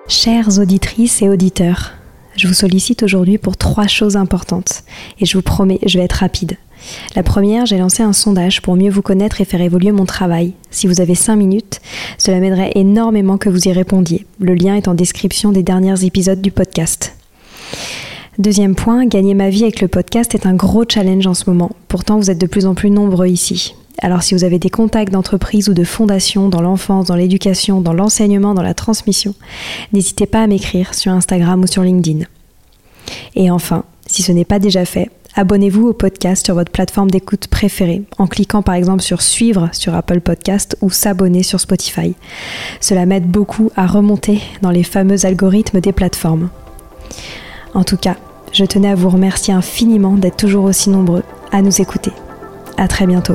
Chères auditrices et auditeurs, je vous sollicite aujourd'hui pour 3 choses importantes et je vous promets, je vais être rapide. La première, j'ai lancé un sondage pour mieux vous connaître et faire évoluer mon travail. Si vous avez 5 minutes, cela m'aiderait énormément que vous y répondiez. Le lien est en description des derniers épisodes du podcast. Deuxième point, gagner ma vie avec le podcast est un gros challenge en ce moment. Pourtant, vous êtes de plus en plus nombreux ici. Alors si vous avez des contacts d'entreprises ou de fondations dans l'enfance, dans l'éducation, dans l'enseignement, dans la transmission, n'hésitez pas à m'écrire sur Instagram ou sur LinkedIn. Et enfin, si ce n'est pas déjà fait, abonnez-vous au podcast sur votre plateforme d'écoute préférée en cliquant par exemple sur suivre sur Apple Podcast ou s'abonner sur Spotify. Cela m'aide beaucoup à remonter dans les fameux algorithmes des plateformes. En tout cas, je tenais à vous remercier infiniment d'être toujours aussi nombreux à nous écouter. À très bientôt.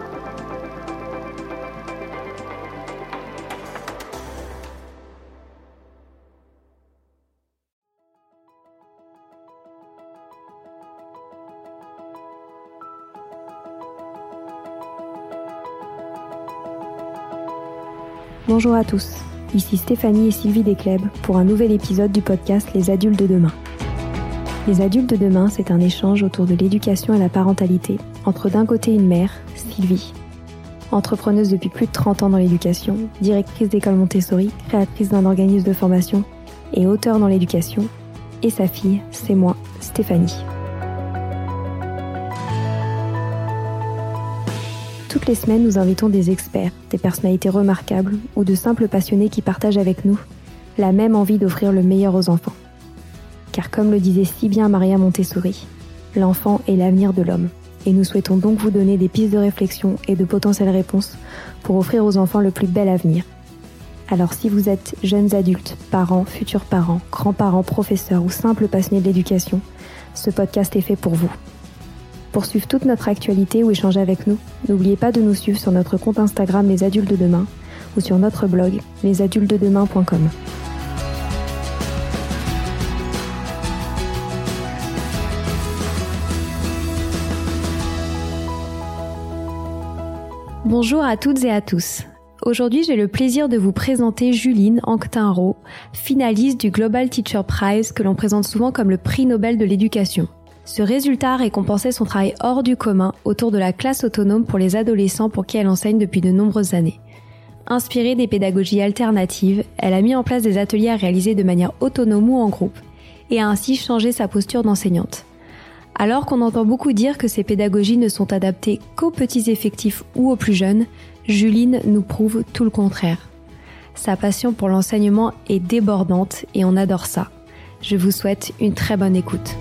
Bonjour à tous, ici Stéphanie et Sylvie Descleb pour un nouvel épisode du podcast Les Adultes de demain. Les Adultes de demain, c'est un échange autour de l'éducation et la parentalité entre d'un côté une mère, Sylvie, entrepreneuse depuis plus de 30 ans dans l'éducation, directrice d'école Montessori, créatrice d'un organisme de formation et auteure dans l'éducation, et sa fille, c'est moi, Stéphanie. Toutes les semaines, nous invitons des experts, des personnalités remarquables ou de simples passionnés qui partagent avec nous la même envie d'offrir le meilleur aux enfants. Car comme le disait si bien Maria Montessori, l'enfant est l'avenir de l'homme. Et nous souhaitons donc vous donner des pistes de réflexion et de potentielles réponses pour offrir aux enfants le plus bel avenir. Alors si vous êtes jeunes adultes, parents, futurs parents, grands-parents, professeurs ou simples passionnés de l'éducation, ce podcast est fait pour vous. Pour suivre toute notre actualité ou échanger avec nous, n'oubliez pas de nous suivre sur notre compte Instagram Les Adultes de Demain ou sur notre blog lesadultesdedemain.com. Bonjour à toutes et à tous. Aujourd'hui, j'ai le plaisir de vous présenter Juline Anctinro, finaliste du Global Teacher Prize que l'on présente souvent comme le prix Nobel de l'éducation. Ce résultat récompensait son travail hors du commun autour de la classe autonome pour les adolescents pour qui elle enseigne depuis de nombreuses années. Inspirée des pédagogies alternatives, elle a mis en place des ateliers à réaliser de manière autonome ou en groupe et a ainsi changé sa posture d'enseignante. Alors qu'on entend beaucoup dire que ces pédagogies ne sont adaptées qu'aux petits effectifs ou aux plus jeunes, Juline nous prouve tout le contraire. Sa passion pour l'enseignement est débordante et on adore ça. Je vous souhaite une très bonne écoute.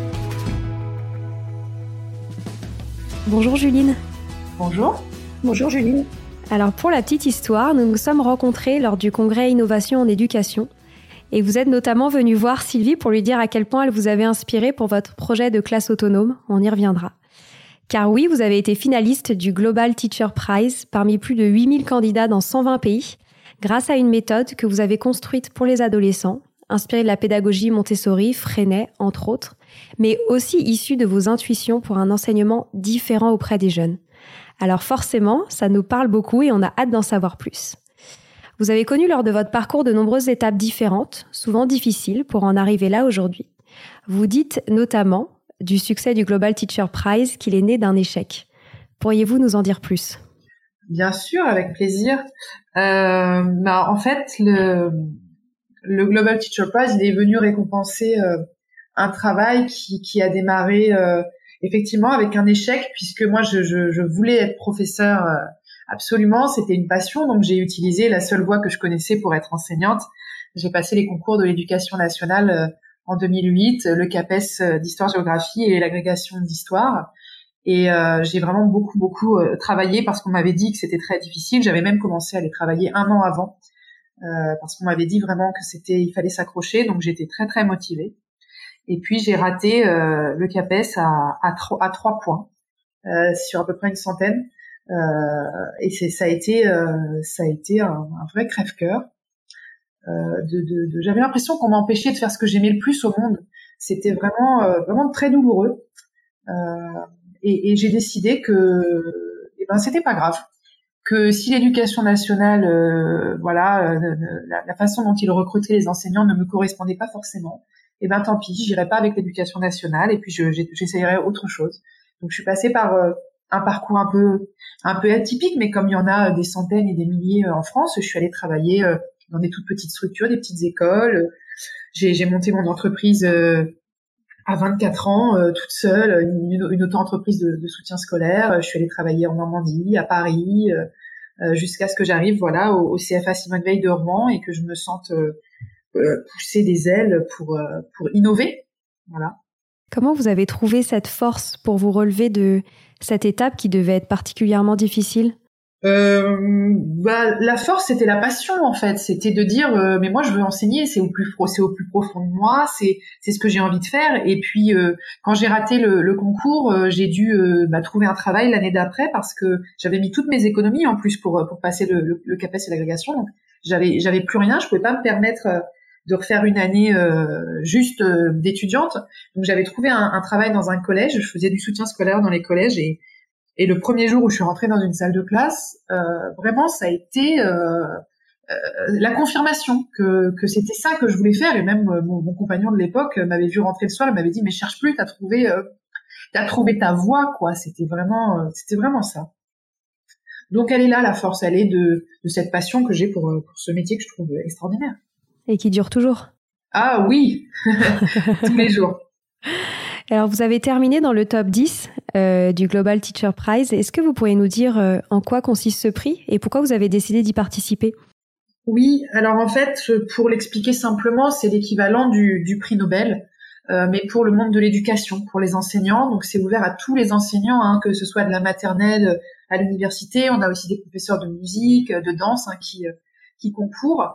Bonjour Juline. Bonjour. Bonjour Juline. Alors pour la petite histoire, nous nous sommes rencontrés lors du congrès Innovation en éducation et vous êtes notamment venue voir Sylvie pour lui dire à quel point elle vous avait inspiré pour votre projet de classe autonome. On y reviendra. Car oui, vous avez été finaliste du Global Teacher Prize parmi plus de 8000 candidats dans 120 pays grâce à une méthode que vous avez construite pour les adolescents, inspirée de la pédagogie Montessori, Freinet, entre autres, mais aussi issue de vos intuitions pour un enseignement différent auprès des jeunes. Alors forcément, ça nous parle beaucoup et on a hâte d'en savoir plus. Vous avez connu lors de votre parcours de nombreuses étapes différentes, souvent difficiles, pour en arriver là aujourd'hui. Vous dites notamment du succès du Global Teacher Prize qu'il est né d'un échec. Pourriez-vous nous en dire plus ? Bien sûr, avec plaisir. En fait, le Global Teacher Prize, il est venu récompenser un travail qui a démarré effectivement avec un échec, puisque moi je voulais être professeur absolument, c'était une passion, donc j'ai utilisé la seule voie que je connaissais pour être enseignante. J'ai passé les concours de l'éducation nationale en 2008, le CAPES d'histoire-géographie et l'agrégation d'histoire. Et j'ai vraiment beaucoup travaillé parce qu'on m'avait dit que c'était très difficile. J'avais même commencé à les travailler 1 an avant parce qu'on m'avait dit vraiment que il fallait s'accrocher. Donc j'étais très motivée. Et puis j'ai raté le CAPES à 3 points sur à peu près une centaine. Et ça a été un vrai crève-cœur. J'avais l'impression qu'on m'empêchait de faire ce que j'aimais le plus au monde. C'était vraiment très douloureux. Et j'ai décidé que c'était pas grave, que si l'éducation nationale, la façon dont ils recrutaient les enseignants ne me correspondait pas forcément, et ben tant pis, j'irai pas avec l'éducation nationale et puis j'essayerai autre chose. Donc je suis passée par un parcours un peu atypique, mais comme il y en a des centaines et des milliers en France, je suis allée travailler dans des toutes petites structures, des petites écoles. J'ai monté mon entreprise à 24 ans, toute seule, une auto-entreprise de soutien scolaire. Je suis allée travailler en Normandie, à Paris, jusqu'à ce que j'arrive au CFA Simone Veil de Rouen et que je me sente pousser des ailes pour innover. Voilà. Comment vous avez trouvé cette force pour vous relever de cette étape qui devait être particulièrement difficile ? La force, c'était la passion en fait. C'était de dire mais moi je veux enseigner, c'est au plus profond de moi, c'est ce que j'ai envie de faire. Et puis quand j'ai raté le concours, j'ai dû trouver un travail l'année d'après parce que j'avais mis toutes mes économies en plus pour passer le CAPES et l'agrégation. Donc j'avais plus rien, je pouvais pas me permettre de refaire une année juste d'étudiante. Donc j'avais trouvé un travail dans un collège, je faisais du soutien scolaire dans les collèges et le premier jour où je suis rentrée dans une salle de classe, vraiment ça a été la confirmation que c'était ça que je voulais faire. Et même mon compagnon de l'époque m'avait vu rentrer le soir, il m'avait dit mais cherche plus, t'as trouvé ta voie quoi. C'était vraiment ça. Donc elle est là la force, elle est de cette passion que j'ai pour ce métier que je trouve extraordinaire. Et qui dure toujours. Ah oui, tous les jours. Alors, vous avez terminé dans le top 10 du Global Teacher Prize. Est-ce que vous pourriez nous dire en quoi consiste ce prix et pourquoi vous avez décidé d'y participer ? Oui, alors en fait, pour l'expliquer simplement, c'est l'équivalent du prix Nobel, mais pour le monde de l'éducation, pour les enseignants. Donc, c'est ouvert à tous les enseignants, que ce soit de la maternelle à l'université. On a aussi des professeurs de musique, de danse qui concourent.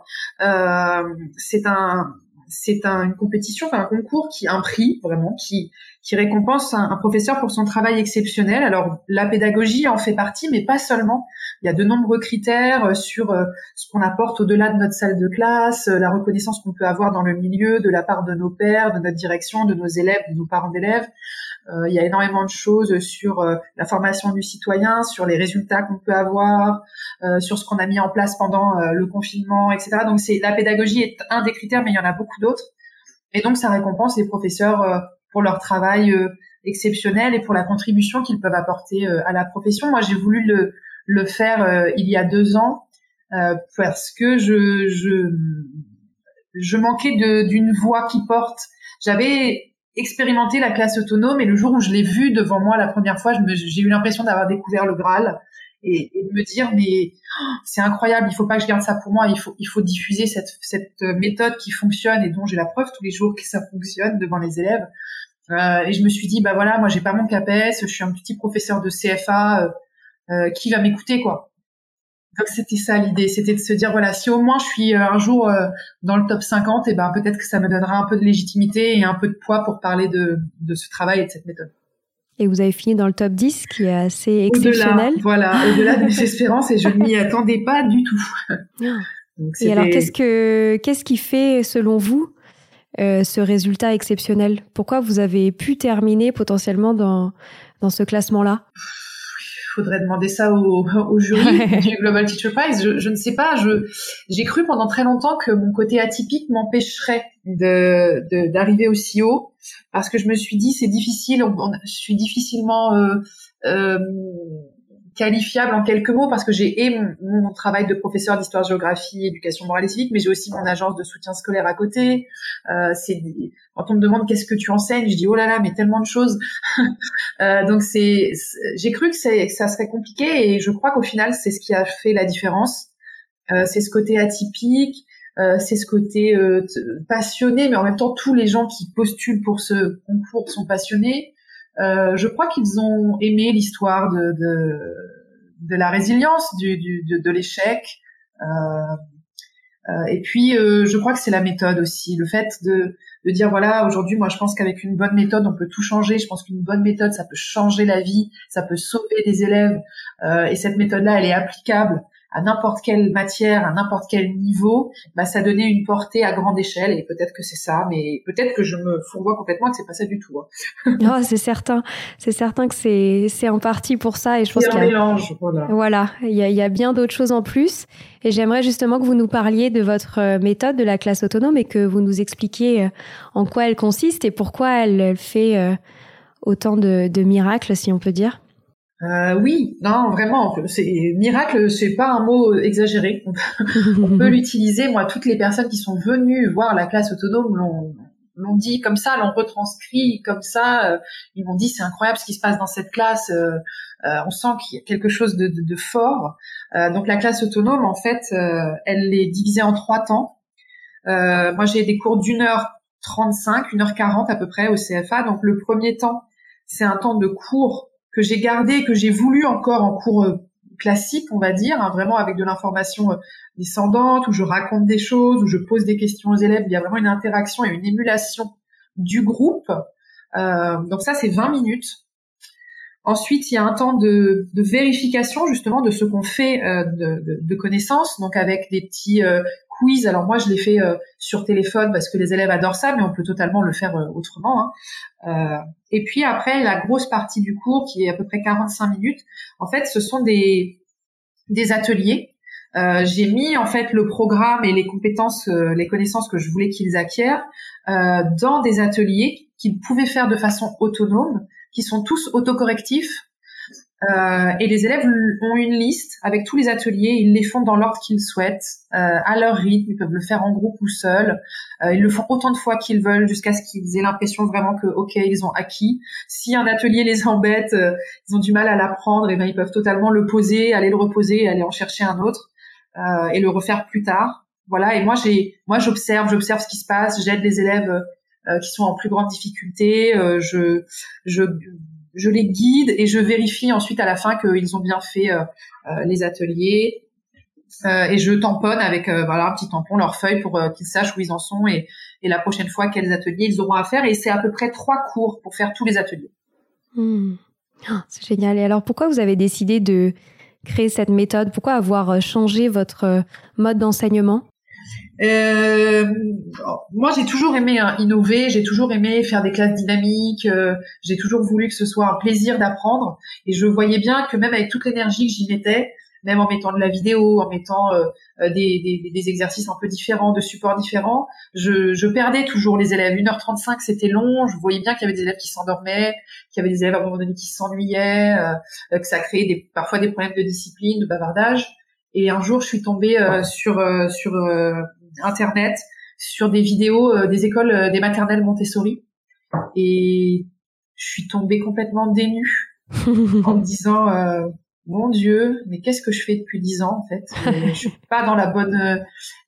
C'est une compétition, un concours un prix vraiment qui récompense un professeur pour son travail exceptionnel. Alors la pédagogie en fait partie, mais pas seulement. Il y a de nombreux critères sur ce qu'on apporte au-delà de notre salle de classe, la reconnaissance qu'on peut avoir dans le milieu de la part de nos pairs, de notre direction, de nos élèves, de nos parents d'élèves. Il y a énormément de choses sur la formation du citoyen, sur les résultats qu'on peut avoir, sur ce qu'on a mis en place pendant le confinement, etc. Donc la pédagogie est un des critères, mais il y en a beaucoup d'autres. Et donc ça récompense les professeurs pour leur travail exceptionnel et pour la contribution qu'ils peuvent apporter à la profession. Moi, j'ai voulu le faire il y a 2 ans parce que je manquais d'une voix qui porte. J'avais expérimenter la classe autonome et le jour où je l'ai vue devant moi la première fois, j'ai eu l'impression d'avoir découvert le Graal et de me dire mais c'est incroyable, il faut pas que je garde ça pour moi, il faut diffuser cette méthode qui fonctionne et dont j'ai la preuve tous les jours que ça fonctionne devant les élèves. Et je me suis dit moi j'ai pas mon CAPES, je suis un petit professeur de CFA, qui va m'écouter quoi. Donc c'était ça l'idée, c'était de se dire si au moins je suis un jour dans le top 50, et peut-être que ça me donnera un peu de légitimité et un peu de poids pour parler de ce travail et de cette méthode. Et vous avez fini dans le top 10, ce qui est assez exceptionnel. Au-delà de mes espérances, et je ne m'y attendais pas du tout. Donc, et alors qu'est-ce qui fait selon vous ce résultat exceptionnel ? Pourquoi vous avez pu terminer potentiellement dans ce classement-là ? Faudrait demander ça au jury du Global Teacher Prize. Je ne sais pas. J'ai cru pendant très longtemps que mon côté atypique m'empêcherait d'arriver aussi haut, parce que je me suis dit c'est difficile. Je suis difficilement qualifiable en quelques mots parce que j'ai mon travail de professeur d'histoire-géographie, éducation morale et civique, mais j'ai aussi mon agence de soutien scolaire à côté. Quand on me demande qu'est-ce que tu enseignes, je dis oh là là, mais tellement de choses. Donc j'ai cru que ça serait compliqué et je crois qu'au final c'est ce qui a fait la différence. C'est ce côté atypique, c'est ce côté passionné, mais en même temps tous les gens qui postulent pour ce concours sont passionnés. Je crois qu'ils ont aimé l'histoire de la résilience, de l'échec. Et puis, je crois que c'est la méthode aussi. Le fait de dire, aujourd'hui, moi, je pense qu'avec une bonne méthode, on peut tout changer. Je pense qu'une bonne méthode, ça peut changer la vie, ça peut sauver des élèves. Et cette méthode-là, elle est applicable à n'importe quelle matière, à n'importe quel niveau, ça donnait une portée à grande échelle. Et peut-être que c'est ça, mais peut-être que je me fourvoie complètement que c'est pas ça du tout. Oh, c'est certain que c'est en partie pour ça. Et je pense qu'il y a un mélange, voilà, il y a bien d'autres choses en plus. Et j'aimerais justement que vous nous parliez de votre méthode de la classe autonome et que vous nous expliquiez en quoi elle consiste et pourquoi elle fait autant de miracles, si on peut dire. Oui, non, vraiment, miracle, c'est pas un mot exagéré. On peut l'utiliser. Moi, toutes les personnes qui sont venues voir la classe autonome l'ont dit comme ça, l'ont retranscrit comme ça. Ils m'ont dit c'est incroyable ce qui se passe dans cette classe. On sent qu'il y a quelque chose de fort. Donc la classe autonome, en fait, elle est divisée en 3 temps. Moi, j'ai des cours d'1h35, 1h40 à peu près au CFA. Donc le premier temps, c'est un temps de cours que j'ai gardé, que j'ai voulu encore en cours classique, on va dire, vraiment avec de l'information descendante, où je raconte des choses, où je pose des questions aux élèves. Il y a vraiment une interaction et une émulation du groupe. Donc ça, c'est 20 minutes. Ensuite, il y a un temps de vérification justement de ce qu'on fait de connaissances, donc avec des petits quiz. Alors moi, je les fais sur téléphone parce que les élèves adorent ça, mais on peut totalement le faire autrement. Et puis après, la grosse partie du cours, qui est à peu près 45 minutes, en fait, ce sont des ateliers. J'ai mis en fait le programme et les compétences, les connaissances que je voulais qu'ils acquièrent dans des ateliers qu'ils pouvaient faire de façon autonome, qui sont tous autocorrectifs. Et les élèves ont une liste avec tous les ateliers, ils les font dans l'ordre qu'ils souhaitent, à leur rythme, ils peuvent le faire en groupe ou seul, ils le font autant de fois qu'ils veulent jusqu'à ce qu'ils aient l'impression vraiment que ils ont acquis. Si un atelier les embête, ils ont du mal à l'apprendre, et ils peuvent totalement le poser, aller le reposer et aller en chercher un autre et le refaire plus tard. Voilà, et moi j'observe ce qui se passe, j'aide les élèves qui sont en plus grande difficulté, je les guide et je vérifie ensuite à la fin qu'ils ont bien fait les ateliers et je tamponne avec un petit tampon leur feuille pour qu'ils sachent où ils en sont et la prochaine fois quels ateliers ils auront à faire. Et c'est à peu près 3 cours pour faire tous les ateliers. C'est génial. Et alors pourquoi vous avez décidé de créer cette méthode? Pourquoi avoir changé votre mode d'enseignement? Moi, j'ai toujours aimé innover, j'ai toujours aimé faire des classes dynamiques, j'ai toujours voulu que ce soit un plaisir d'apprendre, et je voyais bien que même avec toute l'énergie que j'y mettais, même en mettant de la vidéo, en mettant des exercices un peu différents, de supports différents, je perdais toujours les élèves. 1h35, c'était long, je voyais bien qu'il y avait des élèves qui s'endormaient, qu'il y avait des élèves à un moment donné qui s'ennuyaient, que ça créait parfois des problèmes de discipline, de bavardage. Et un jour, je suis tombée sur Internet, sur des vidéos des écoles, des maternelles Montessori. Et je suis tombée complètement dénue en me disant, mon Dieu, mais qu'est-ce que je fais depuis 10 ans, en fait? Je suis pas dans la bonne...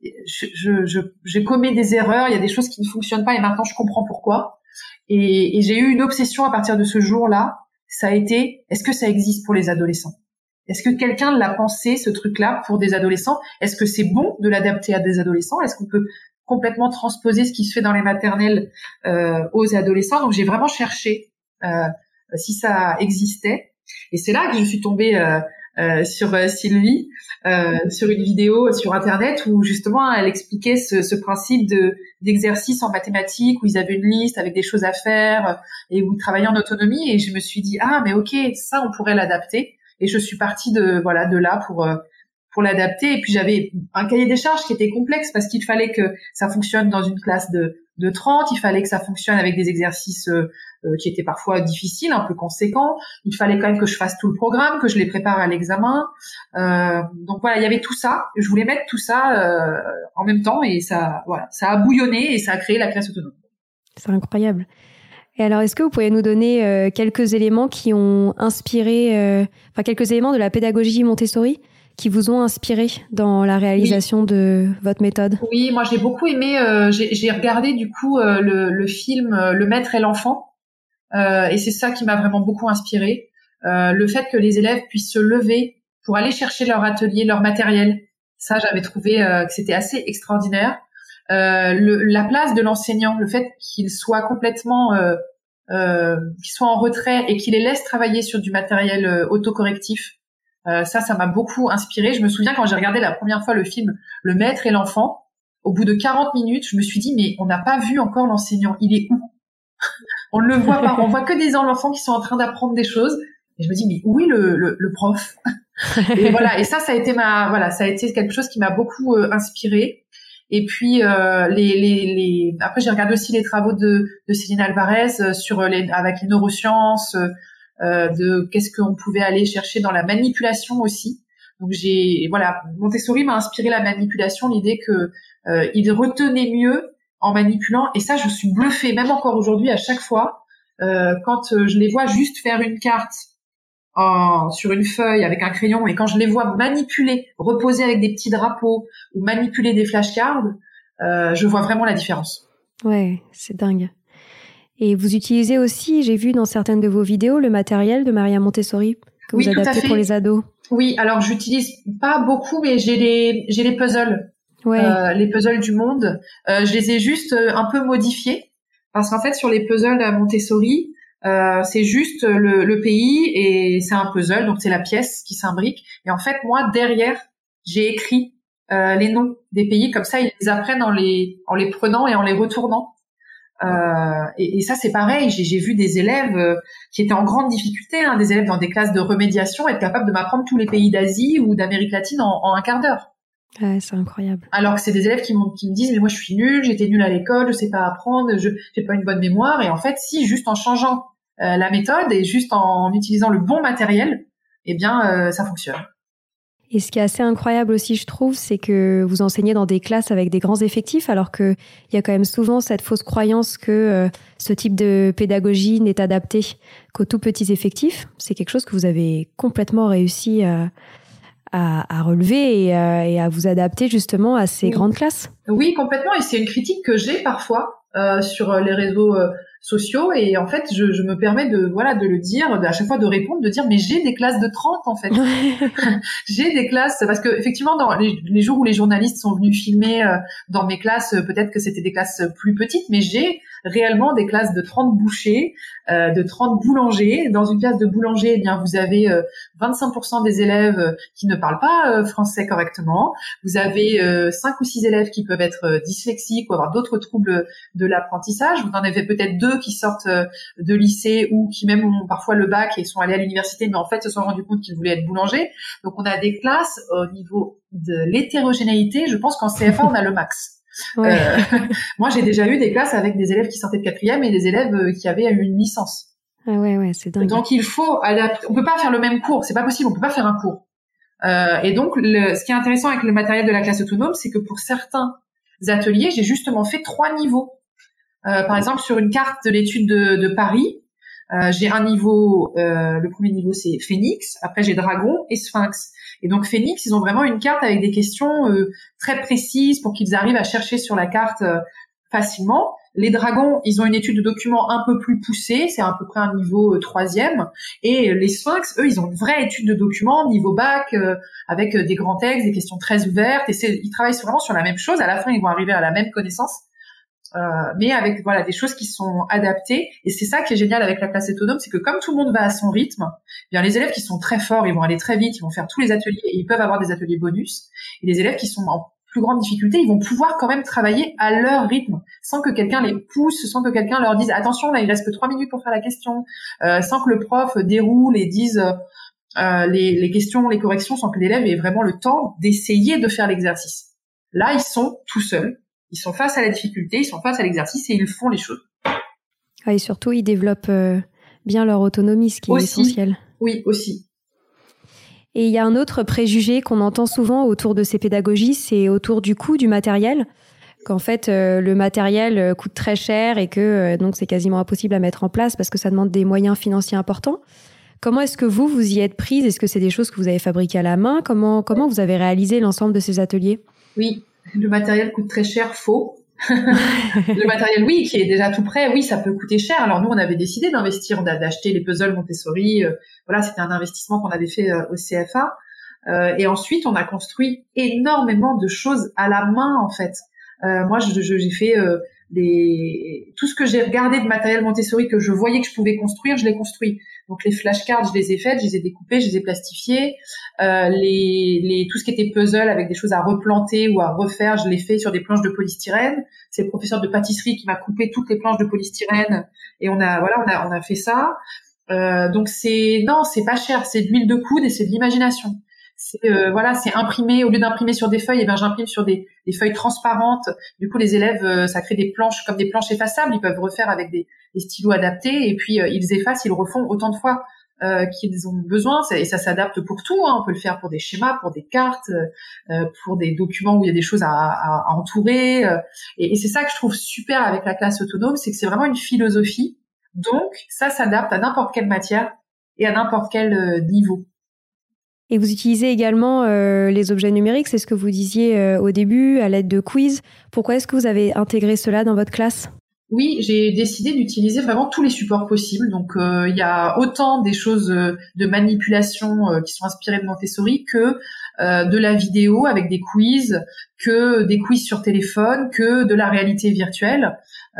je commets des erreurs, il y a des choses qui ne fonctionnent pas et maintenant je comprends pourquoi. Et j'ai eu une obsession à partir de ce jour-là. Ça a été, est-ce que ça existe pour les adolescents? Est-ce que quelqu'un l'a pensé, ce truc-là, pour des adolescents? Est-ce que c'est bon de l'adapter à des adolescents? Est-ce qu'on peut complètement transposer ce qui se fait dans les maternelles aux adolescents? Donc, j'ai vraiment cherché si ça existait. Et c'est là que je suis tombée sur Sylvie, sur une vidéo sur Internet où, justement, elle expliquait ce principe d'exercice en mathématiques, où ils avaient une liste avec des choses à faire et où ils travaillaient en autonomie. Et je me suis dit, mais ok, ça, on pourrait l'adapter. Et je suis partie de là pour l'adapter. Et puis j'avais un cahier des charges qui était complexe parce qu'il fallait que ça fonctionne dans une classe de 30, il fallait que ça fonctionne avec des exercices qui étaient parfois difficiles, un peu conséquents. Il fallait quand même que je fasse tout le programme, que je les prépare à l'examen. Donc voilà, il y avait tout ça. Je voulais mettre tout ça en même temps et ça a bouillonné et ça a créé la classe autonome. C'est incroyable. Et alors, est-ce que vous pouvez nous donner quelques éléments qui ont inspiré, quelques éléments de la pédagogie Montessori qui vous ont inspiré dans la réalisation de votre méthode? Oui, moi j'ai beaucoup aimé, j'ai regardé du coup le film Le Maître et l'Enfant, et c'est ça qui m'a vraiment beaucoup inspiré. Le fait que les élèves puissent se lever pour aller chercher leur atelier, leur matériel, ça j'avais trouvé que c'était assez extraordinaire. La place de l'enseignant, le fait qu'il soit complètement qu'il soit en retrait et qu'il les laisse travailler sur du matériel autocorrectif, Ça m'a beaucoup inspirée. Je me souviens quand j'ai regardé la première fois le film Le Maître et l'Enfant, au bout de 40 minutes, je me suis dit, mais on n'a pas vu encore l'enseignant. Il est où? On ne le voit pas. On voit que des enfants qui sont en train d'apprendre des choses. Et je me dis, mais où est le prof? Et voilà. Et ça a été ça a été quelque chose qui m'a beaucoup inspirée. Et puis après j'ai regardé aussi les travaux de Céline Alvarez sur avec les neurosciences, de qu'est-ce qu'on pouvait aller chercher dans la manipulation aussi. Donc Montessori m'a inspiré la manipulation, l'idée que il retenait mieux en manipulant. Et ça, je suis bluffée, même encore aujourd'hui, à chaque fois, quand je les vois juste faire une carte sur une feuille avec un crayon, et quand je les vois manipuler, reposer avec des petits drapeaux ou manipuler des flashcards, je vois vraiment la différence. Ouais, c'est dingue. Et vous utilisez aussi, j'ai vu dans certaines de vos vidéos, le matériel de Maria Montessori que vous adaptez pour les ados. Oui, alors j'utilise pas beaucoup, mais j'ai les puzzles. Ouais. Les puzzles du monde. Je les ai juste un peu modifiés, parce qu'en fait, sur les puzzles à Montessori, c'est juste le pays et c'est un puzzle, donc c'est la pièce qui s'imbrique. Et en fait, moi, derrière, j'ai écrit les noms des pays, comme ça, ils les apprennent en les prenant et en les retournant. Et ça, c'est pareil. J'ai vu des élèves qui étaient en grande difficulté, des élèves dans des classes de remédiation, être capables de m'apprendre tous les pays d'Asie ou d'Amérique latine en un quart d'heure. Ouais, c'est incroyable. Alors que c'est des élèves qui me disent, mais moi je suis nulle, j'étais nulle à l'école, je sais pas apprendre, j'ai pas une bonne mémoire. Et en fait, si juste en changeant la méthode et juste en utilisant le bon matériel, eh bien ça fonctionne. Et ce qui est assez incroyable aussi, je trouve, c'est que vous enseignez dans des classes avec des grands effectifs, alors qu'il y a quand même souvent cette fausse croyance que ce type de pédagogie n'est adapté qu'aux tout petits effectifs. C'est quelque chose que vous avez complètement réussi à relever et à vous adapter justement à ces grandes classes. Oui, complètement. Et c'est une critique que j'ai parfois sur les réseaux sociaux. Et en fait, je me permets de le dire, à chaque fois de répondre, de dire, mais j'ai des classes de 30 en fait. J'ai des classes, parce que effectivement, dans les jours où les journalistes sont venus filmer dans mes classes, peut-être que c'était des classes plus petites, mais j'ai réellement des classes de 30 bouchers, de 30 boulangers. Dans une classe de boulanger, eh bien, vous avez 25% des élèves qui ne parlent pas français correctement. Vous avez 5 ou 6 élèves qui peuvent être dyslexiques ou avoir d'autres troubles de l'apprentissage. Vous en avez peut-être 2 qui sortent de lycée ou qui même ont parfois le bac et sont allés à l'université, mais en fait se sont rendus compte qu'ils voulaient être boulangers. Donc on a des classes au niveau de l'hétérogénéité. Je pense qu'en CFA, on a le max. Ouais. Moi, j'ai déjà eu des classes avec des élèves qui sortaient de 4e et des élèves qui avaient une licence. Ah ouais, c'est dingue. Donc il faut adapter. On peut pas faire le même cours, c'est pas possible. On peut pas faire un cours. Et donc, ce qui est intéressant avec le matériel de la classe autonome, c'est que pour certains ateliers, j'ai justement fait 3 niveaux. Par exemple, sur une carte de l'étude de Paris, j'ai un niveau. Le premier niveau, c'est Phénix. Après, j'ai Dragon et Sphinx. Et donc Phénix, ils ont vraiment une carte avec des questions très précises pour qu'ils arrivent à chercher sur la carte facilement. Les dragons, ils ont une étude de documents un peu plus poussée, c'est à peu près un niveau 3e. Et les Sphinx, eux, ils ont une vraie étude de documents niveau bac, avec des grands textes, des questions très ouvertes. Et ils travaillent vraiment sur la même chose. À la fin, ils vont arriver à la même connaissance. Mais avec des choses qui sont adaptées. Et c'est ça qui est génial avec la classe autonome, c'est que comme tout le monde va à son rythme, bien les élèves qui sont très forts, ils vont aller très vite, ils vont faire tous les ateliers et ils peuvent avoir des ateliers bonus. Et les élèves qui sont en plus grande difficulté, ils vont pouvoir quand même travailler à leur rythme, sans que quelqu'un les pousse, sans que quelqu'un leur dise attention, là il reste que 3 minutes pour faire la question, sans que le prof déroule et dise les questions, les corrections, sans que l'élève ait vraiment le temps d'essayer de faire l'exercice. Là, ils sont tout seuls. Ils sont face à la difficulté, ils sont face à l'exercice et ils font les choses. Ah, et surtout, ils développent bien leur autonomie, ce qui est essentiel. Oui, aussi. Et il y a un autre préjugé qu'on entend souvent autour de ces pédagogies, c'est autour du coût du matériel. Qu'en fait, le matériel coûte très cher et que donc c'est quasiment impossible à mettre en place parce que ça demande des moyens financiers importants. Comment est-ce que vous y êtes prise? Est-ce que c'est des choses que vous avez fabriquées à la main? Comment vous avez réalisé l'ensemble de ces ateliers? Oui. Le matériel coûte très cher, faux. Le matériel, oui, qui est déjà tout prêt, oui, ça peut coûter cher. Alors nous, on avait décidé d'investir, d'acheter les puzzles Montessori. C'était un investissement qu'on avait fait au CFA. Et ensuite, on a construit énormément de choses à la main, en fait. Moi, j'ai fait tout ce que j'ai regardé de matériel Montessori que je voyais que je pouvais construire, je l'ai construit. Donc les flashcards, je les ai faites, je les ai découpées, je les ai plastifiées. Tout ce qui était puzzle avec des choses à replanter ou à refaire, je l'ai fait sur des planches de polystyrène. C'est le professeur de pâtisserie qui m'a coupé toutes les planches de polystyrène et on a fait ça. Donc c'est pas cher, c'est de l'huile de coude et c'est de l'imagination. C'est imprimé, au lieu d'imprimer sur des feuilles, j'imprime sur des feuilles transparentes. Du coup, les élèves, ça crée des planches comme des planches effaçables. Ils peuvent refaire avec des stylos adaptés et puis ils effacent, ils le refont autant de fois qu'ils ont besoin. Et ça s'adapte pour tout. On peut le faire pour des schémas, pour des cartes, pour des documents où il y a des choses à entourer. Et c'est ça que je trouve super avec la classe autonome, c'est que c'est vraiment une philosophie. Donc, ça s'adapte à n'importe quelle matière et à n'importe quel niveau. Et vous utilisez également les objets numériques, c'est ce que vous disiez au début, à l'aide de quiz. Pourquoi est-ce que vous avez intégré cela dans votre classe ? Oui, j'ai décidé d'utiliser vraiment tous les supports possibles. Donc, il y a autant des choses de manipulation qui sont inspirées de Montessori que de la vidéo avec des quiz, que des quiz sur téléphone, que de la réalité virtuelle.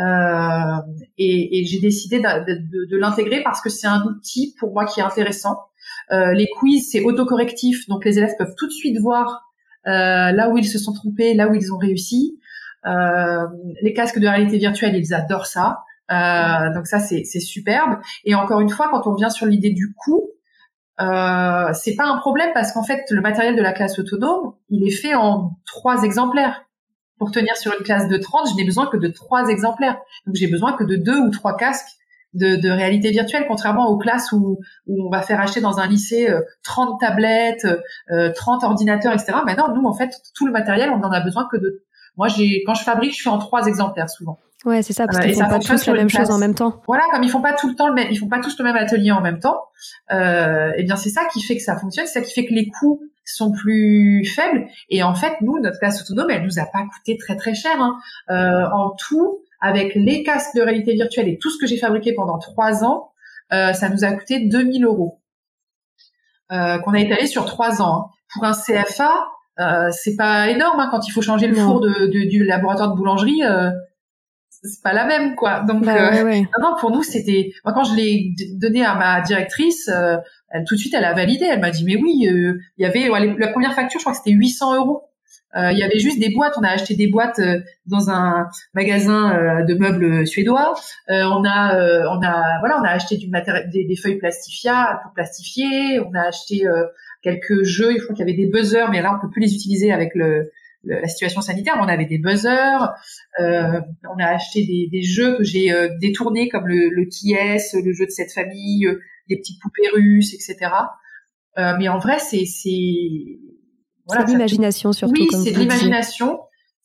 Et j'ai décidé de l'intégrer parce que c'est un outil pour moi qui est intéressant. Les quiz, c'est autocorrectif, donc les élèves peuvent tout de suite voir là où ils se sont trompés, là où ils ont réussi. Les casques de réalité virtuelle, ils adorent ça. Donc ça, c'est superbe. Et encore une fois, quand on revient sur l'idée du coût, c'est pas un problème parce qu'en fait, le matériel de la classe autonome, il est fait en 3 exemplaires. Pour tenir sur une classe de 30, je n'ai besoin que de 3 exemplaires. Donc j'ai besoin que de 2 ou 3 casques de réalité virtuelle, contrairement aux classes où on va faire acheter dans un lycée 30 tablettes, 30 ordinateurs, etc. Maintenant, nous, en fait, tout le matériel, on n'en a besoin que de... Moi, quand je fabrique, je fais en 3 exemplaires souvent. Ouais, c'est ça, parce qu'ils font pas tous la même chose en même temps. Voilà, comme ils font pas tout le temps ils font pas tous le même atelier en même temps. Eh bien, c'est ça qui fait que ça fonctionne, c'est ça qui fait que les coûts sont plus faibles. Et en fait, nous, notre classe autonome, elle nous a pas coûté très très cher. En tout, avec les casques de réalité virtuelle et tout ce que j'ai fabriqué pendant 3 ans, ça nous a coûté 2 000 €. Qu'on a étalé sur 3 ans. Pour un CFA, c'est pas énorme quand il faut changer le four du laboratoire de boulangerie. C'est pas la même, quoi. Donc, non, pour nous, c'était... Moi, quand je l'ai donné à ma directrice, elle, tout de suite, elle a validé. Elle m'a dit, mais oui, il y avait... la première facture, je crois que c'était 800 €. Il y avait juste des boîtes. On a acheté des boîtes dans un magasin de meubles suédois. On a acheté du matériel, des feuilles plastifiables pour plastifier. On a acheté quelques jeux. Je crois qu'il y avait des buzzers, mais là, on peut plus les utiliser avec la situation sanitaire. On avait des buzzers. On a acheté des jeux que j'ai détournés comme le qui est, le jeu de cette famille, des petites poupées russes, etc. Mais en vrai, c'est voilà, c'est l'imagination surtout. Oui, c'est de l'imagination.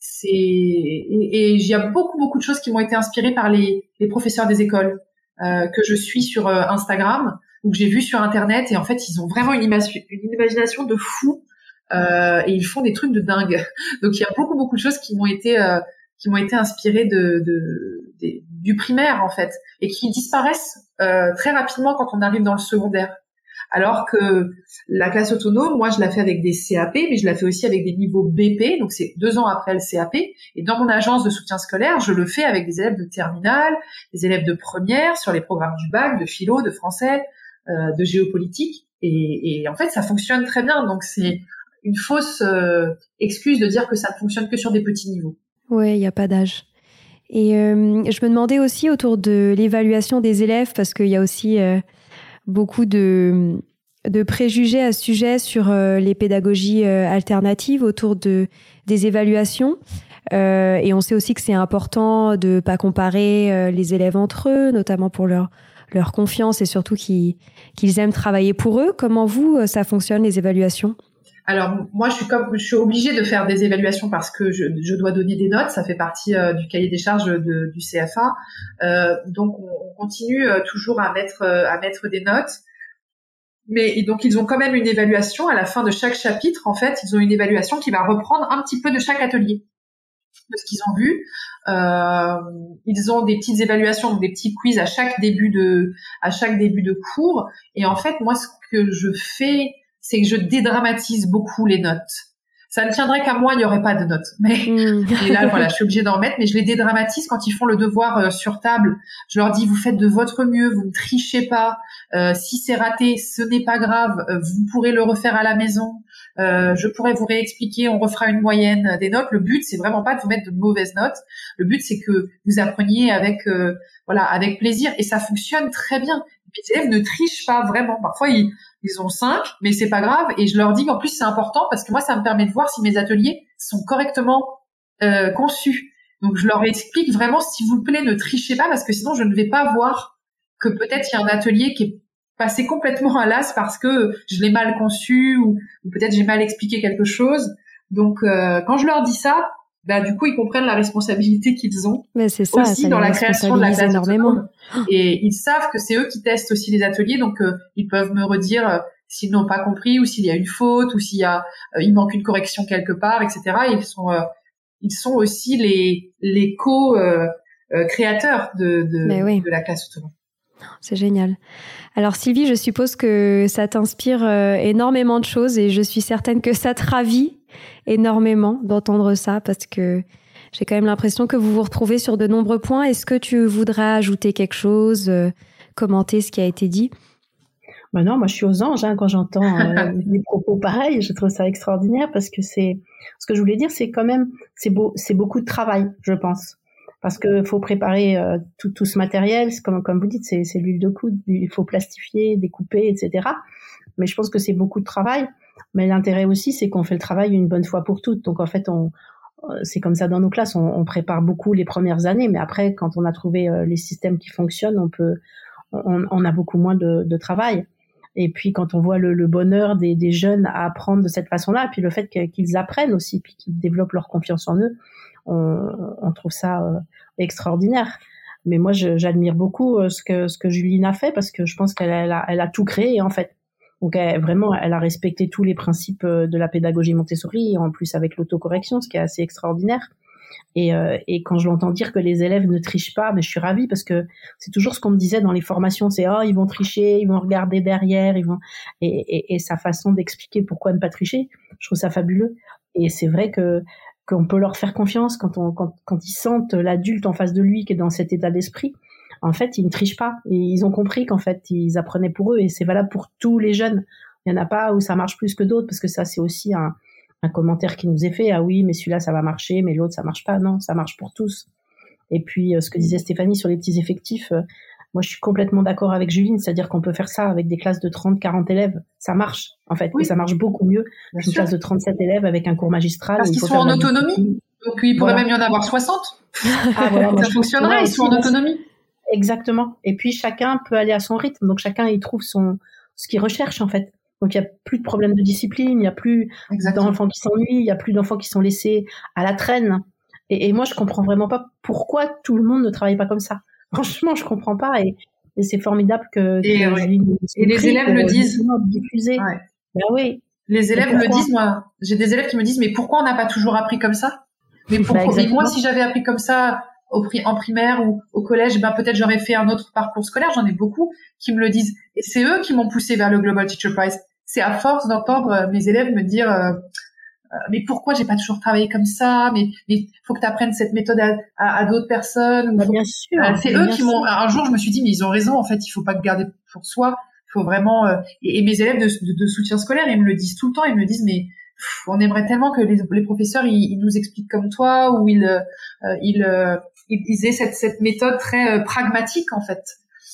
Et il y a beaucoup de choses qui m'ont été inspirées par les professeurs des écoles que je suis sur Instagram ou que j'ai vu sur Internet. Et en fait, ils ont vraiment une imagination de fou et ils font des trucs de dingue. Donc, il y a beaucoup de choses qui m'ont été inspirées du primaire en fait et qui disparaissent très rapidement quand on arrive dans le secondaire. Alors que la classe autonome, moi, je la fais avec des CAP, mais je la fais aussi avec des niveaux BP, donc c'est 2 ans après le CAP. Et dans mon agence de soutien scolaire, je le fais avec des élèves de terminale, des élèves de première, sur les programmes du bac, de philo, de français, de géopolitique. Et en fait, ça fonctionne très bien. Donc, c'est une fausse excuse de dire que ça ne fonctionne que sur des petits niveaux. Ouais, il n'y a pas d'âge. Et je me demandais aussi autour de l'évaluation des élèves, parce qu'il y a aussi... beaucoup de préjugés à ce sujet sur les pédagogies alternatives autour des évaluations. Et on sait aussi que c'est important de pas comparer les élèves entre eux, notamment pour leur confiance et surtout qu'ils aiment travailler pour eux. Comment ça fonctionne, les évaluations ? Alors moi, je suis obligée de faire des évaluations parce que je dois donner des notes. Ça fait partie du cahier des charges du CFA. Donc on continue toujours à mettre des notes. Mais donc ils ont quand même une évaluation à la fin de chaque chapitre. En fait, ils ont une évaluation qui va reprendre un petit peu de chaque atelier, de ce qu'ils ont vu. Ils ont des petites évaluations, donc des petits quiz à chaque début de cours. Et en fait, moi, ce que je fais, c'est que je dédramatise beaucoup les notes. ça ne tiendrait qu'à moi, il n'y aurait pas de notes. Mais et là, voilà, je suis obligée d'en mettre, mais je les dédramatise quand ils font le devoir sur table. Je leur dis, vous faites de votre mieux, vous ne trichez pas. Si c'est raté, ce n'est pas grave. Vous pourrez le refaire à la maison. Je pourrais vous réexpliquer, on refera une moyenne des notes. Le but, c'est vraiment pas de vous mettre de mauvaises notes. Le but, c'est que vous appreniez avec plaisir, et ça fonctionne très bien. Les élèves ne trichent pas vraiment. Parfois, ils ont 5, mais c'est pas grave. Et je leur dis qu'en plus, c'est important parce que moi, ça me permet de voir si mes ateliers sont correctement conçus. Donc, je leur explique vraiment, s'il vous plaît, ne trichez pas, parce que sinon, je ne vais pas voir que peut-être il y a un atelier qui est passé complètement à l'as parce que je l'ai mal conçu, ou peut-être j'ai mal expliqué quelque chose. Donc, quand je leur dis ça, du coup, ils comprennent la responsabilité qu'ils ont. Mais c'est ça, aussi ça dans la création de la classe énormément. Et ils savent que c'est eux qui testent aussi les ateliers, donc ils peuvent me redire s'ils n'ont pas compris, ou s'il y a une faute, ou s'il y a il manque une correction quelque part, etc. Et ils sont aussi les co-créateurs de la classe autonome. C'est génial. Alors Sylvie, je suppose que ça t'inspire énormément de choses, et je suis certaine que ça te ravit énormément d'entendre ça, parce que j'ai quand même l'impression que vous vous retrouvez sur de nombreux points. Est-ce que tu voudrais ajouter quelque chose, commenter ce qui a été dit ? Non, moi je suis aux anges quand j'entends des propos pareils. Je trouve ça extraordinaire, parce que ce que je voulais dire, c'est quand même, c'est beaucoup de travail, je pense. Parce que faut préparer tout ce matériel, comme vous dites, c'est l'huile de coude, il faut plastifier, découper, etc. Mais je pense que c'est beaucoup de travail. Mais l'intérêt aussi, c'est qu'on fait le travail une bonne fois pour toutes. Donc en fait, c'est comme ça dans nos classes, on prépare beaucoup les premières années, mais après, quand on a trouvé les systèmes qui fonctionnent, on a beaucoup moins de travail. Et puis quand on voit le bonheur des jeunes à apprendre de cette façon-là, et puis le fait qu'ils apprennent aussi, puis qu'ils développent leur confiance en eux, on trouve ça extraordinaire. Mais moi, j'admire beaucoup ce que Juline a fait, parce que je pense qu'elle a tout créé en fait. Donc vraiment, elle a respecté tous les principes de la pédagogie Montessori, en plus avec l'autocorrection, ce qui est assez extraordinaire. Et quand je l'entends dire que les élèves ne trichent pas, mais je suis ravie, parce que c'est toujours ce qu'on me disait dans les formations, c'est ils vont tricher, ils vont regarder derrière, et sa façon d'expliquer pourquoi ne pas tricher, je trouve ça fabuleux. Et c'est vrai qu'on peut leur faire confiance quand ils sentent l'adulte en face de lui qui est dans cet état d'esprit. En fait, ils ne trichent pas, et ils ont compris qu'en fait, ils apprenaient pour eux, et c'est valable pour tous les jeunes. Il y en a pas où ça marche plus que d'autres, parce que ça, c'est aussi un commentaire qui nous est fait. Ah oui, mais celui-là, ça va marcher, mais l'autre, ça marche pas. Non, ça marche pour tous. Et puis, ce que disait Stéphanie sur les petits effectifs, moi, je suis complètement d'accord avec Juline, c'est-à-dire qu'on peut faire ça avec des classes de 30, 40 élèves. Ça marche, en fait. Oui. Et ça marche beaucoup mieux qu'une classe de 37 élèves avec un cours magistral. Parce qu'ils sont en autonomie. Donc, il pourrait même y en avoir 60. Ah, voilà, ça fonctionnerait, ils sont en autonomie. Exactement. Et puis, chacun peut aller à son rythme. Donc, chacun, il trouve ce qu'il recherche, en fait. Donc, il n'y a plus de problème de discipline, il n'y a plus d'enfants qui s'ennuient, il n'y a plus d'enfants qui sont laissés à la traîne. Et moi, je comprends vraiment pas pourquoi tout le monde ne travaille pas comme ça. Franchement, je comprends pas. Et c'est formidable que les élèves le disent. Diffuser. Ouais. Ben oui. Les élèves le disent, moi. J'ai des élèves qui me disent, mais pourquoi on n'a pas toujours appris comme ça? Mais moi, si j'avais appris comme ça en primaire ou au collège, peut-être j'aurais fait un autre parcours scolaire. J'en ai beaucoup qui me le disent. Et c'est eux qui m'ont poussé vers le Global Teacher Prize. C'est à force d'entendre mes élèves me dire mais pourquoi j'ai pas toujours travaillé comme ça, mais faut que tu apprennes cette méthode à d'autres personnes. Bien sûr. C'est eux qui m'ont. Un jour, je me suis dit, mais ils ont raison. En fait, il faut pas garder pour soi. Il faut vraiment. Et mes élèves de soutien scolaire, ils me le disent tout le temps. Ils me disent, mais on aimerait tellement que les professeurs ils nous expliquent comme toi, ou ils aient cette méthode très pragmatique en fait.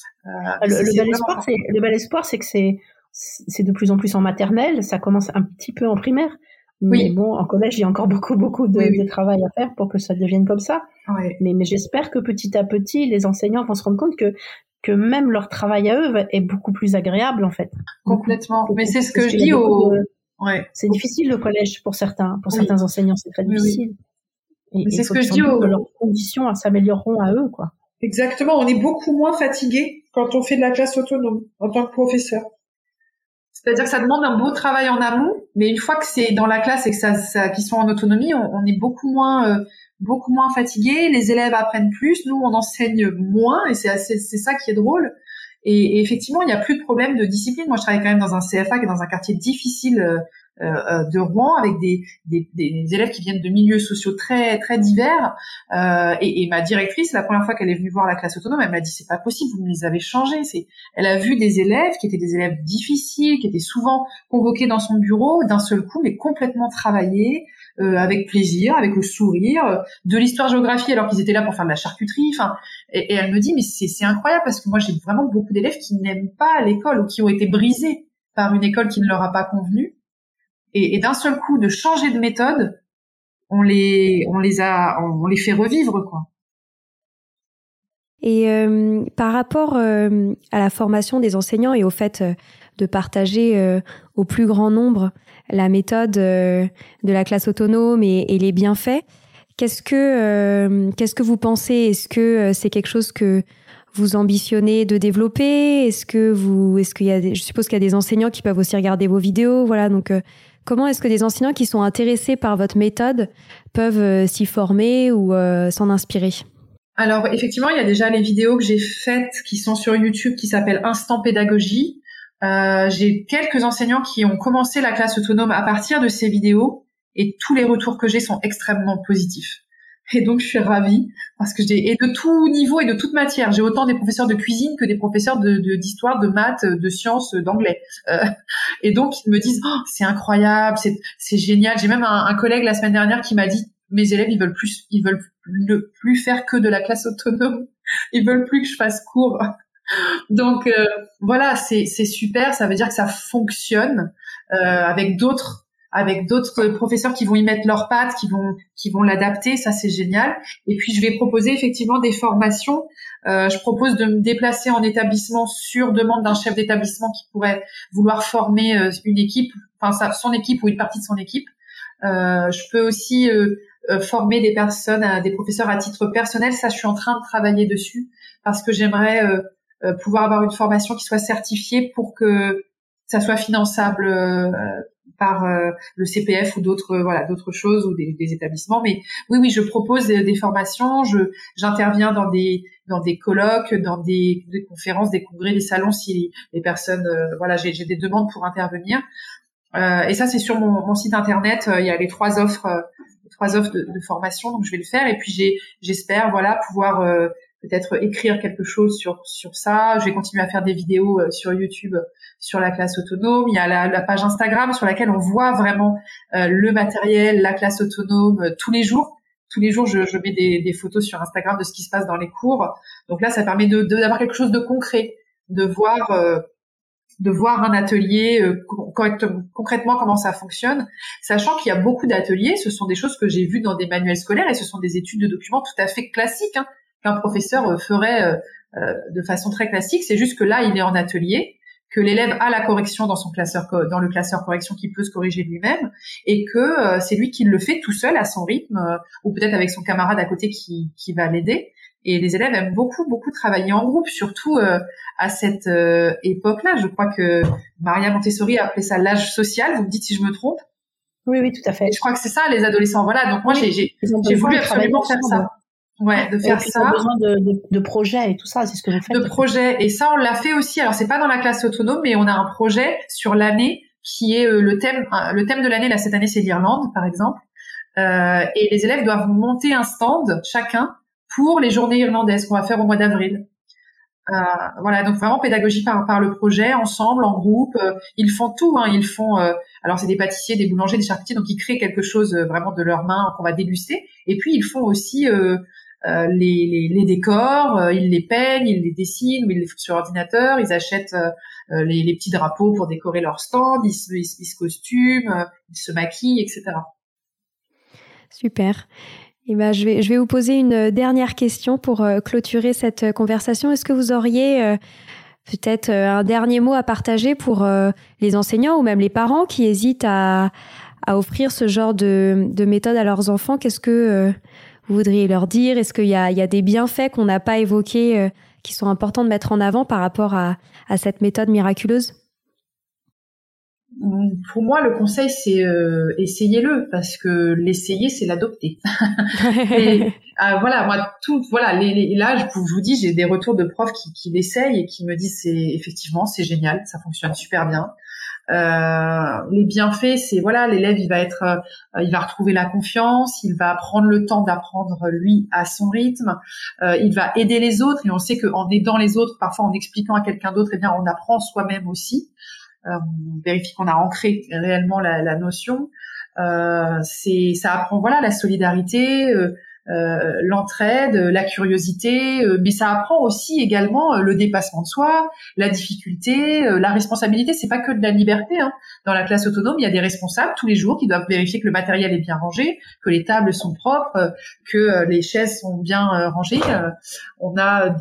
Le bel espoir, c'est que c'est de plus en plus en maternelle. Ça commence un petit peu en primaire. Mais bon, en collège, il y a encore beaucoup de travail à faire pour que ça devienne comme ça. Oui. Mais j'espère que petit à petit, les enseignants vont se rendre compte que même leur travail à eux est beaucoup plus agréable, en fait. Complètement. Mais c'est ce que je dis C'est difficile le collège pour certains enseignants, c'est très difficile. Mais c'est ce que je dis que leurs conditions s'amélioreront à eux, quoi. Exactement. On est beaucoup moins fatigué quand on fait de la classe autonome en tant que professeur. C'est-à-dire que ça demande un beau travail en amont, mais une fois que c'est dans la classe et que qu'ils sont en autonomie, on est beaucoup moins fatigué. Les élèves apprennent plus, nous on enseigne moins, et c'est ça qui est drôle. Et effectivement, il n'y a plus de problème de discipline. Moi, je travaille quand même dans un CFA qui est dans un quartier difficile de Rouen, avec des élèves qui viennent de milieux sociaux très très divers. Et ma directrice, la première fois qu'elle est venue voir la classe autonome, elle m'a dit c'est pas possible, vous me les avez changés. Elle a vu des élèves qui étaient des élèves difficiles, qui étaient souvent convoqués dans son bureau d'un seul coup, mais complètement travaillés, avec plaisir, avec le sourire, de l'histoire-géographie alors qu'ils étaient là pour faire de la charcuterie. Enfin, et elle me dit mais c'est incroyable parce que moi j'ai vraiment beaucoup d'élèves qui n'aiment pas l'école ou qui ont été brisés par une école qui ne leur a pas convenu. Et d'un seul coup, de changer de méthode, on les fait revivre, quoi. Et par rapport à la formation des enseignants et au fait de partager au plus grand nombre la méthode de la classe autonome et les bienfaits, qu'est-ce que vous pensez? Est-ce que c'est quelque chose que vous ambitionnez de développer? Est-ce qu'il y a je suppose qu'il y a des enseignants qui peuvent aussi regarder vos vidéos, voilà, donc comment est-ce que des enseignants qui sont intéressés par votre méthode peuvent s'y former ou s'en inspirer? Alors, effectivement, il y a déjà les vidéos que j'ai faites qui sont sur YouTube qui s'appellent Instant Pédagogie. J'ai quelques enseignants qui ont commencé la classe autonome à partir de ces vidéos et tous les retours que j'ai sont extrêmement positifs. Et donc, je suis ravie parce que et de tout niveau et de toute matière. J'ai autant des professeurs de cuisine que des professeurs d'histoire, de maths, de sciences, d'anglais. Et donc, ils me disent, oh, c'est incroyable, c'est génial. J'ai même un collègue la semaine dernière qui m'a dit, mes élèves, ils veulent plus faire que de la classe autonome. Ils veulent plus que je fasse cours. Donc, voilà, c'est super. Ça veut dire que ça fonctionne, avec d'autres professeurs qui vont y mettre leurs pattes, qui vont l'adapter, ça c'est génial. Et puis je vais proposer effectivement des formations. Je propose de me déplacer en établissement sur demande d'un chef d'établissement qui pourrait vouloir former une équipe, enfin son équipe ou une partie de son équipe. Je peux aussi former des personnes, des professeurs à titre personnel. Ça, je suis en train de travailler dessus parce que j'aimerais pouvoir avoir une formation qui soit certifiée pour que ça soit finançable par le CPF ou d'autres choses ou des établissements. Mais oui, je propose des formations, j'interviens dans des colloques, dans des conférences, des congrès, des salons si les personnes j'ai des demandes pour intervenir. Et ça c'est sur mon site internet, il y a les trois offres de formation, donc je vais le faire et puis j'espère pouvoir peut-être écrire quelque chose sur ça. Je vais continuer à faire des vidéos sur YouTube sur la classe autonome. Il y a la page Instagram sur laquelle on voit vraiment le matériel, la classe autonome tous les jours. Tous les jours, je mets des photos sur Instagram de ce qui se passe dans les cours. Donc là, ça permet d'avoir quelque chose de concret, de voir un atelier concrètement comment ça fonctionne, sachant qu'il y a beaucoup d'ateliers. Ce sont des choses que j'ai vues dans des manuels scolaires et ce sont des études de documents tout à fait classiques, qu'un professeur ferait de façon très classique. C'est juste que là, il est en atelier, que l'élève a la correction dans le classeur correction qui peut se corriger lui-même et que c'est lui qui le fait tout seul à son rythme ou peut-être avec son camarade à côté qui va l'aider. Et les élèves aiment beaucoup travailler en groupe, surtout à cette époque-là. Je crois que Maria Montessori a appelé ça l'âge social. Vous me dites si je me trompe? Oui, tout à fait. Et je crois que c'est ça, les adolescents. Voilà. Donc moi, j'ai voulu absolument faire ça. Ouais, de faire ça. On a besoin de projets et tout ça, c'est ce que vous faites. De projets. Et ça, on l'a fait aussi. Alors, c'est pas dans la classe autonome, mais on a un projet sur l'année qui est le thème de l'année. Là, cette année, c'est l'Irlande, par exemple. Et les élèves doivent monter un stand, chacun, pour les journées irlandaises qu'on va faire au mois d'avril. Donc vraiment pédagogie par le projet, ensemble, en groupe. Ils font tout, Ils font. Alors c'est des pâtissiers, des boulangers, des charcutiers, donc ils créent quelque chose vraiment de leurs mains qu'on va déguster. Et puis ils font aussi les décors, ils les peignent, ils les dessinent, ou ils les font sur ordinateur. Ils achètent les petits drapeaux pour décorer leur stand. Ils se costument, ils se maquillent, etc. Super. Eh ben, je vais vous poser une dernière question pour clôturer cette conversation. Est-ce que vous auriez peut-être un dernier mot à partager pour les enseignants ou même les parents qui hésitent à offrir ce genre de méthode à leurs enfants? Qu'est-ce que vous voudriez leur dire? Est-ce qu'il y a des bienfaits qu'on n'a pas évoqués qui sont importants de mettre en avant par rapport à cette méthode miraculeuse? Pour moi, le conseil, c'est essayez-le, parce que l'essayer, c'est l'adopter. Et, moi, là, je vous dis, j'ai des retours de profs qui l'essayent et qui me disent, effectivement, c'est génial, ça fonctionne super bien. Les bienfaits, c'est voilà, l'élève il va retrouver la confiance, il va prendre le temps d'apprendre lui à son rythme, il va aider les autres et on sait qu'en aidant les autres, parfois en expliquant à quelqu'un d'autre, eh bien on apprend soi-même aussi. On vérifie qu'on a ancré réellement la notion. Ça apprend voilà la solidarité. L'entraide, la curiosité, mais ça apprend aussi également le dépassement de soi, la difficulté, la responsabilité. C'est pas que de la liberté. Hein. Dans la classe autonome, il y a des responsables tous les jours qui doivent vérifier que le matériel est bien rangé, que les tables sont propres, que les chaises sont bien rangées. On a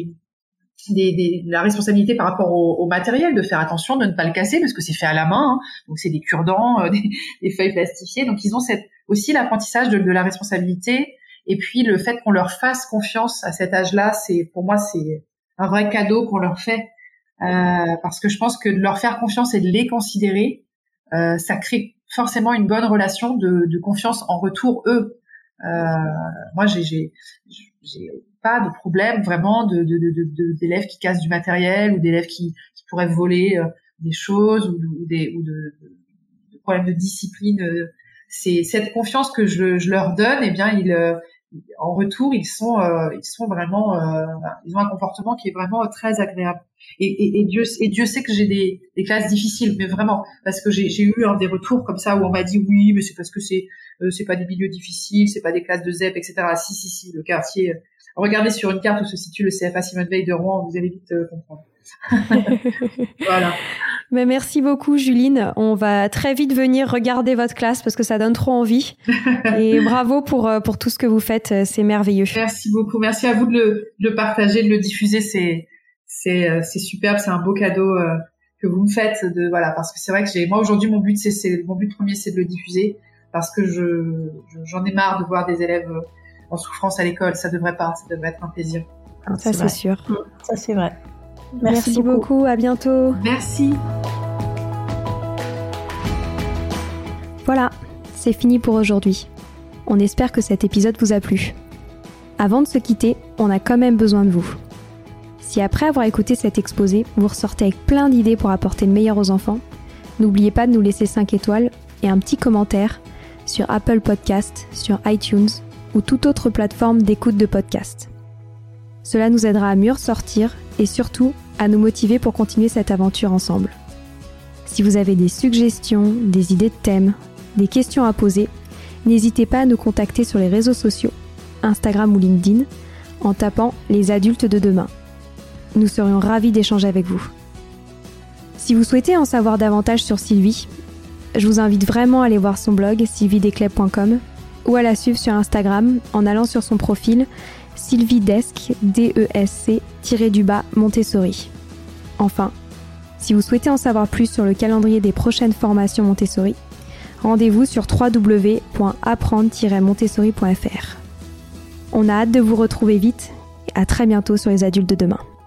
la responsabilité par rapport au matériel, de faire attention, de ne pas le casser parce que c'est fait à la main. Hein. Donc c'est des cure-dents, des feuilles plastifiées. Donc ils ont aussi l'apprentissage de la responsabilité. Et puis le fait qu'on leur fasse confiance à cet âge-là, pour moi c'est un vrai cadeau qu'on leur fait, parce que je pense que de leur faire confiance et de les considérer, ça crée forcément une bonne relation de confiance en retour eux. Moi j'ai pas de problème vraiment d'élèves qui cassent du matériel ou d'élèves qui pourraient voler des choses ou de problèmes de discipline. C'est cette confiance que je leur donne, et bien en retour, ils sont vraiment, ils ont un comportement qui est vraiment très agréable. Et Dieu sait que j'ai des classes difficiles, mais vraiment, parce que j'ai eu des retours comme ça où on m'a dit oui, mais c'est parce que c'est pas des milieux difficiles, c'est pas des classes de ZEP, etc. Si, le quartier. Regardez sur une carte où se situe le CFA Simone Veil de Rouen, vous allez vite comprendre. Voilà. Mais merci beaucoup, Juline. On va très vite venir regarder votre classe parce que ça donne trop envie. Et bravo pour tout ce que vous faites. C'est merveilleux. Merci beaucoup. Merci à vous de le partager, de le diffuser. C'est superbe. C'est un beau cadeau que vous me faites. Parce que c'est vrai que moi aujourd'hui, mon but premier, c'est de le diffuser parce que j'en ai marre de voir des élèves en souffrance à l'école. Ça devrait être un plaisir. Ça, c'est sûr. Ça, c'est vrai. Merci beaucoup. À bientôt. Merci. Voilà, c'est fini pour aujourd'hui. On espère que cet épisode vous a plu. Avant de se quitter, on a quand même besoin de vous. Si après avoir écouté cet exposé, vous ressortez avec plein d'idées pour apporter le meilleur aux enfants, n'oubliez pas de nous laisser 5 étoiles et un petit commentaire sur Apple Podcast, sur iTunes ou toute autre plateforme d'écoute de podcast. Cela nous aidera à mieux ressortir et surtout à nous motiver pour continuer cette aventure ensemble. Si vous avez des suggestions, des idées de thèmes, des questions à poser, n'hésitez pas à nous contacter sur les réseaux sociaux, Instagram ou LinkedIn, en tapant « Les adultes de demain ». Nous serions ravis d'échanger avec vous. Si vous souhaitez en savoir davantage sur Sylvie, je vous invite vraiment à aller voir son blog sylviedesclèves.com ou à la suivre sur Instagram en allant sur son profil sylviedesc, Montessori. Enfin, si vous souhaitez en savoir plus sur le calendrier des prochaines formations Montessori, rendez-vous sur www.apprendre-montessori.fr. On a hâte de vous retrouver vite et à très bientôt sur les adultes de demain.